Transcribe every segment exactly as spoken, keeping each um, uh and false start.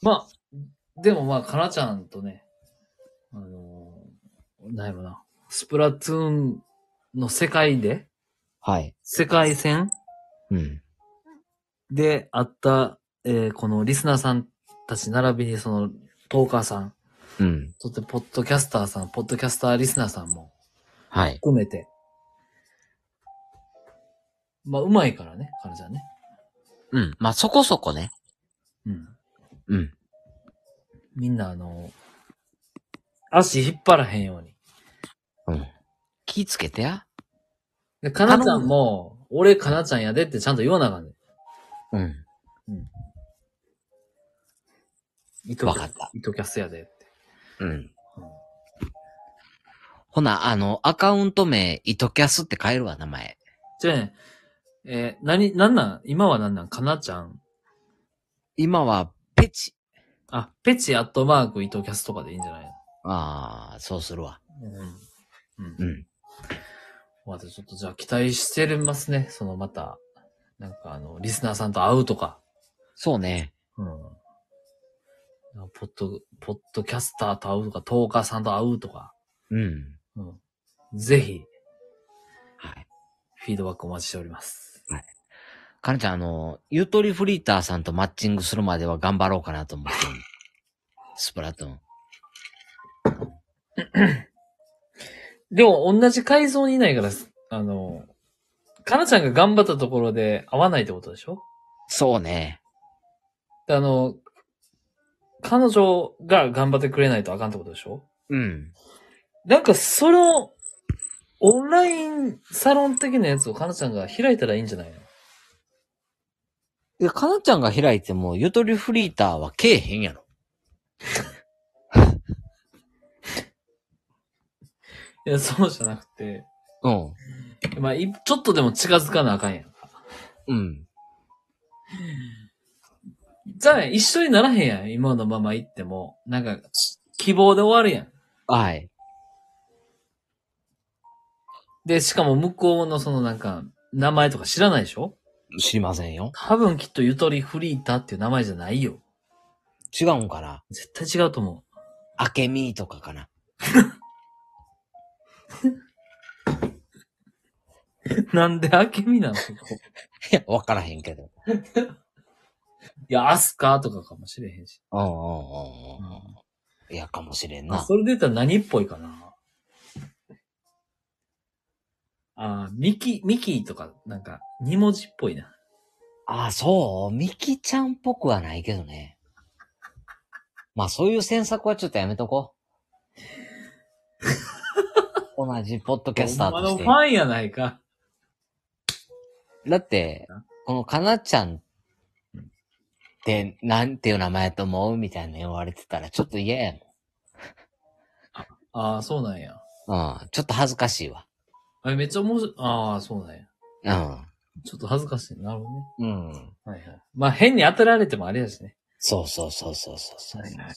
まあ、でもまあ、かなちゃんとね、あのー、なんやろな、スプラトゥーンの世界で、 はい。 世界戦うん。 であった、えーこのリスナーさんたち並びにそのトーカーさん、 うん。 そしてポッドキャスターさん、ポッドキャスターリスナーさんもはい。 含めて、まあ、うまいからね、かなちゃんね。 うん。まあ、そこそこね。 うん。 うん。 みんなあの、足引っ張らへんように。 うん。気ぃつけてや。 で、かなちゃんも、俺かなちゃんやでってちゃんと言わなあかんねん。 うん。 うん。糸キャス、 わかった。 糸キャスやでって。 うん。 うん。 ほな、あの、アカウント名、イトキャスって変えるわ、名前。 じゃあね、えー、何、なんなん今はなんなんかなちゃん。 今は、ペチ。 あ、ペチアットマーク糸キャスとかでいいんじゃないの？ ああ、そうするわ。 うん。うんう。ん。 またちょっとじゃあ期待してますね。そのまた、なんかあの、リスナーさんと会うとか。 そうね。 うん。ポッド、ポッドキャスターと会うとか、トーカーさんと会うとか。 うん。 うん。ぜひ、 はい。 フィードバックお待ちしております。 はい。かなちゃん、あの、ゆとりフリーターさんとマッチングするまでは頑張ろうかなと思ってる。スプラトゥーン。 でも、同じ階層にいないから、あの、かなちゃんが頑張ったところで会わないってことでしょ？ そうね。 であの、彼女が頑張ってくれないとあかんってことでしょ？ うん。 なんか、その、オンラインサロン的なやつをかなちゃんが開いたらいいんじゃないの？ いや、かなちゃんが開いても、ゆとりフリーターはけえへんやろ。 いや、そうじゃなくて、 うん。 まあ、いちょっとでも近づかなあかんやんか。 うん。 じゃあね、一緒にならへんやん。今のまま行っても。なんか、希望で終わるやん。 はい。 で、しかも向こうのそのなんか、名前とか知らないでしょ？ 知りませんよ。 多分きっとゆとりフリーターっていう名前じゃないよ。 違うんかな。 絶対違うと思あけみとかかな。 う。なんであけみなのそこ。 いや、わからへんけど。 いや、アスカとかかもしれへんし。 うんうんうんうん。 うんいや、かもしれんあ、 な。 それで言ったら何っぽいかな。あ、ミキ、ミキとか、なんか、二文字っぽいな。 ああ、そうミキちゃんっぽくはないけどね。まあ、そういう詮索はちょっとやめとこう。同じポッドキャスタほんまーとして。 のファンやないか。 だって、このかなちゃんってなんていう名前と思うみたいな言われてたらちょっと嫌やああ、そうなんや。 もん。うん。ちょっと恥ずかしいわ。 あれめっちゃ面白い。ああ、そうなんや。 うん。 ちょっと恥ずかしい。なるほどね。 うん。 はいはい。まあ変に当てられてもあれやしね。 そうそうそうそうそうそう。 はいはいはい。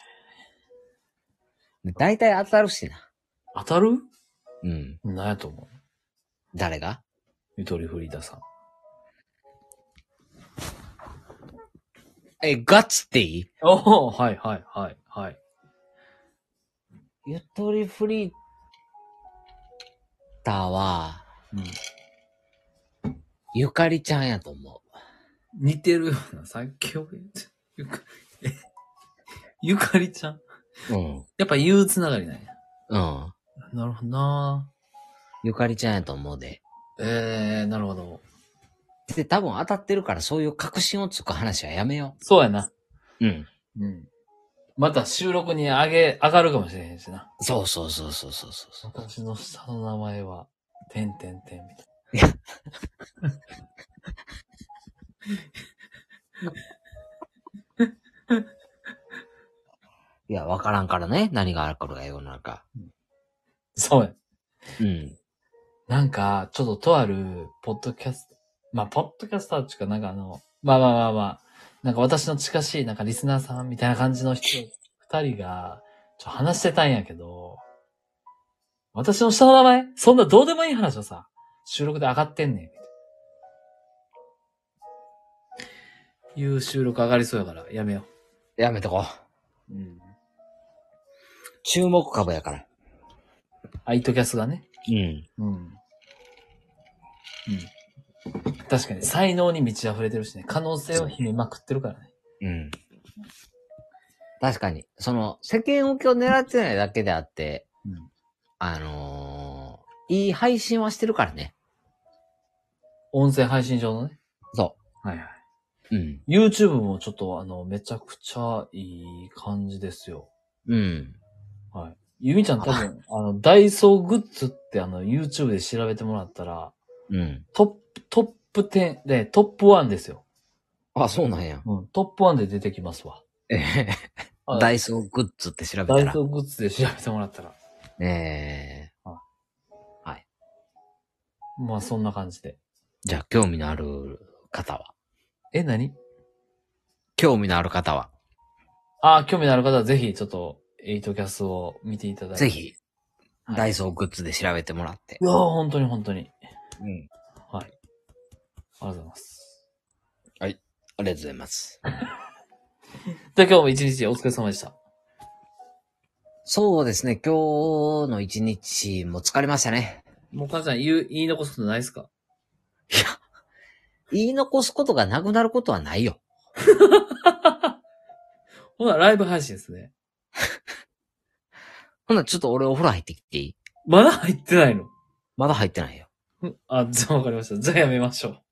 大体当たるしな。 当たる？ うん。 なんやと思う？ 誰がゆとりフリーダさん。 え、ガッツっていいおお、はいはいはいはい。 ゆとりフリーターは、 うん。 ゆかりちゃんやと思似てるような、さっき俺言ってゆか、え、ゆかりちゃん。 う。うん。 やっぱ憂鬱ながりなんや。 うん。 なるほどな。 ゆかりちゃんやと思うで。 えー、なるほど。 で、多分当たってるからそういう確信をつく話はやめよそうやな。 う。うん。 うん。また収録に上げ、上がるかもしれへんしな。 そうそうそうそうそうそう。 私の下の名前は、てんてんてんみたいいや、わからんからね。何があるかが世の中。 な。そうや。 うん。 なんか、ちょっととある、ポッドキャスト、まあ、ポッドキャスターっていうか、なんかあの、まあまあまあまあ、なんか私の近しい、なんかリスナーさんみたいな感じの人、二人が、ちょっと話してたんやけど、私の下の名前そんなどうでもいい話をさ、収録で上がってんねん。いう収録上がりそうやから、やめよやめとこう。うん。注目株やから。 アイトキャスがね。 うん。 うん。うん。確かに才能に満ち溢れてるしね。可能性を秘めまくってるからね。 うん。確かに。その、世間受けを狙ってないだけであって、うん、あのー、いい配信はしてるからね。 音声配信上のね。 そう。 はいはい。 うん。 YouTube もちょっとあの、めちゃくちゃいい感じですよ。 うん。 はい。ゆみちゃん多分、あの、ダイソーグッズってあの、YouTube で調べてもらったら、 うん。 トップ、トップじゅうで、トップワンですよ。 あ、そうなんや。 うん。トップワンで出てきますわ。 ええー。ダイソーグッズって調べたら。 ダイソーグッズで調べてもらったら。 ええー。 はい。 はい。 まあ、そんな感じで。 じゃあ、興味のある方は。 え、何？ 興味のある方は。 ああ、興味のある方はぜひ、ちょっと、エイトキャスを見ていただいて。 ぜひ、はい、ダイソーグッズで調べてもらって。 いやー、本当に本当に。 うん。 はい。ありがとうございます。 はい。ありがとうございます。 じゃあ今日も一日お疲れ様でした。 そうですね。今日の一日も疲れましたね。 もうかなちゃん言う、言い残すことないですか？ いや、言い残すことがなくなることはないよ。 ほな、ライブ配信ですね。 ほな、ちょっと俺お風呂入ってきていい？ まだ入ってないの？ まだ入ってないよ。 あ、じゃあわかりました。じゃあやめましょう。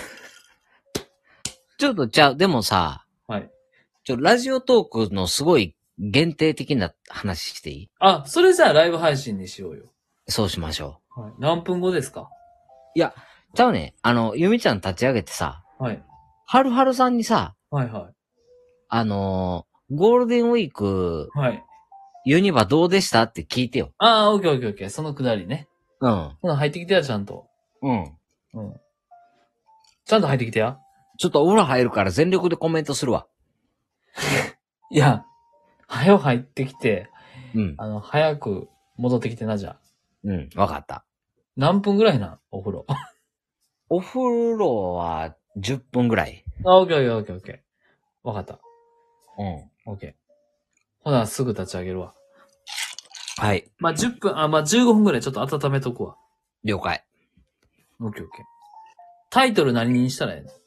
ちょっと、じゃあ、でもさ、 はい。 ちょ、ラジオトークのすごい限定的な話していい？ あ、それじゃあライブ配信にしようよ。 そうしましょう。はい。何分後ですか？ いや、ちゃうね。あの、ゆみちゃん立ち上げてさ、 はい。 はるはるさんにさ、 はいはい。 あのー、ゴールデンウィーク、 はい。 ユニバどうでしたって聞いてよ。 ああ、オッケーオッケーオッケー。そのくだりね。 うん。 ほな、入ってきてや、ちゃんと。 うん。 うん。ちゃんと入ってきてや。 ちょっとお風呂入るから全力でコメントするわ。 いや、早く入ってきて、 うん。 あの、早く戻ってきてな、じゃあ。 うん、わかった。 何分ぐらいな、お風呂。 お風呂はじゅっぷんぐらい。 あ、オッケーオッケーオッケーオッケー。わかった。 うん。 オッケー。ほな、すぐ立ち上げるわ。 はい。 まあ、じゅっぷん、あ、まあ、じゅうごふんぐらいちょっと温めとくわ。 了解。 オッケーオッケー。タイトル何にしたらええの？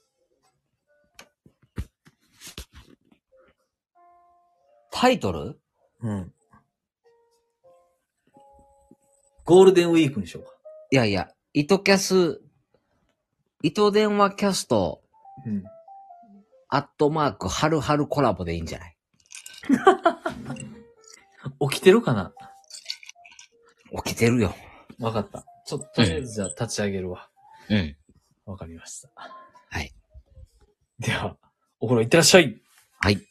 タイトル？ うん。ゴールデンウィークにしようか。 いやいや、糸キャス、糸電話キャスト、うん。アットマーク、はるはるコラボでいいんじゃない？ 起きてるかな？ 起きてるよ。 わかった。ちょっと、とりあえずじゃあ立ち上げるわ。 うん。 わかりました。 はい。 では、お風呂行ってらっしゃい。 はい。